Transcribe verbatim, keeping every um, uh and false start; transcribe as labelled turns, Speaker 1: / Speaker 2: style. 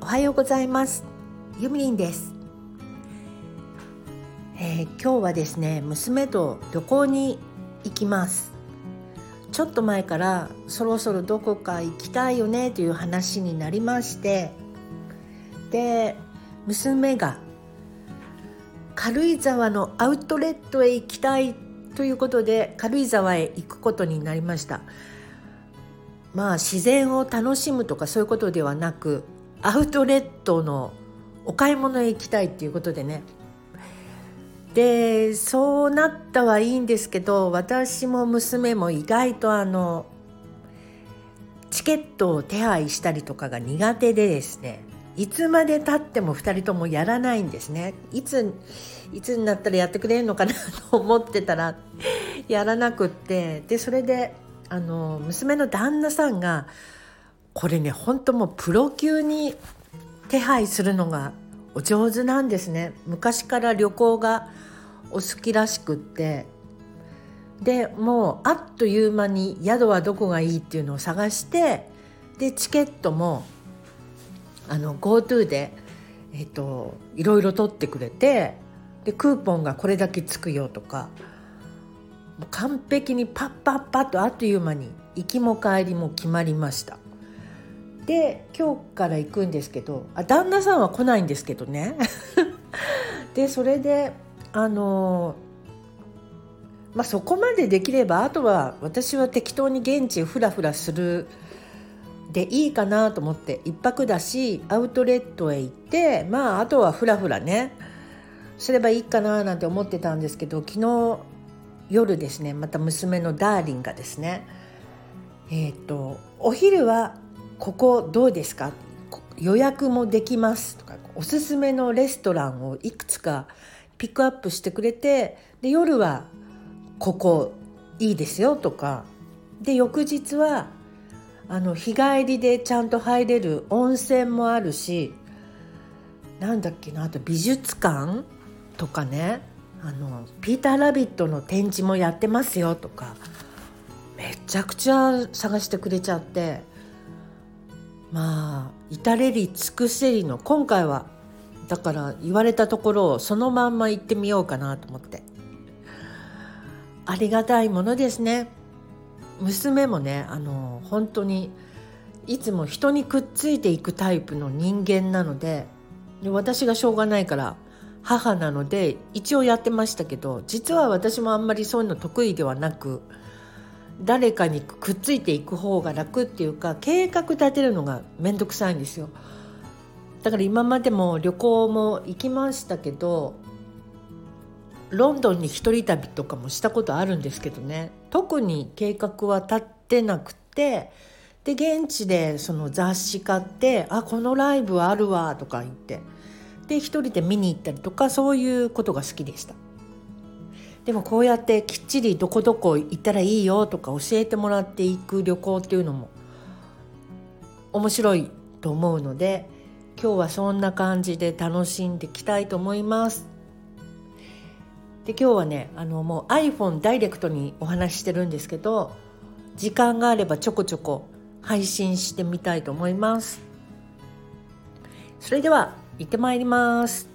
Speaker 1: はようございます。ゆみりんです、えー、今日はですね娘と旅行に行きます。ちょっと前からそろそろどこか行きたいよねという話になりまして、で娘が軽井沢のアウトレットへ行きたいということで軽井沢へ行くことになりました。まあ自然を楽しむとかそういうことではなく、アウトレットのお買い物へ行きたいっていうことでね。でそうなったはいいんですけど、私も娘も意外とあのチケットを手配したりとかが苦手でですね、いつまで経ってもふたりともやらないんですね。いついつになったらやってくれるのかなと思ってたらやらなくって、でそれであの娘の旦那さんがこれね本当もうプロ級に手配するのがお上手なんですね。昔から旅行がお好きらしくって、でもうあっという間に宿はどこがいいっていうのを探して、でチケットもあの GoTo で、えっと、いろいろ取ってくれて、でクーポンがこれだけつくよとか、もう完璧にパッパッパッとあっという間に行きも帰りも決まりました。で今日から行くんですけど、あ旦那さんは来ないんですけどねでそれであのまあそこまでできればあとは私は適当に現地フラフラするでいいかなと思って、一泊だしアウトレットへ行って、まああとはフラフラねすればいいかななんて思ってたんですけど、昨日夜ですね、また娘のダーリンがですね、えっとお昼はここどうですか、予約もできますとか、おすすめのレストランをいくつかピックアップしてくれて、で夜はここいいですよとかで、翌日はあの日帰りでちゃんと入れる温泉もあるし、なんだっけな、あと美術館とかね、あのピーターラビットの展示もやってますよとか、めちゃくちゃ探してくれちゃって、まあ至れり尽くせりの今回はだから言われたところをそのまんま行ってみようかなと思って、ありがたいものですね。娘もねあの本当にいつも人にくっついていくタイプの人間なので、で私がしょうがないから母なので一応やってましたけど、実は私もあんまりそういうの得意ではなく、誰かにくっついていく方が楽っていうか、計画立てるのがめんどくさいんですよ。だから今までも旅行も行きましたけど、ロンドンに一人旅とかもしたことあるんですけどね、特に計画は立ってなくて、で現地でその雑誌買って、あこのライブあるわとか言って、で一人で見に行ったりとか、そういうことが好きでした。でもこうやってきっちりどこどこ行ったらいいよとか教えてもらっていく旅行っていうのも面白いと思うので、今日はそんな感じで楽しんでいきたいと思います。で今日はねあのもう iPhone ダイレクトにお話ししてるんですけど、時間があればちょこちょこ配信してみたいと思います。それでは行ってまいります。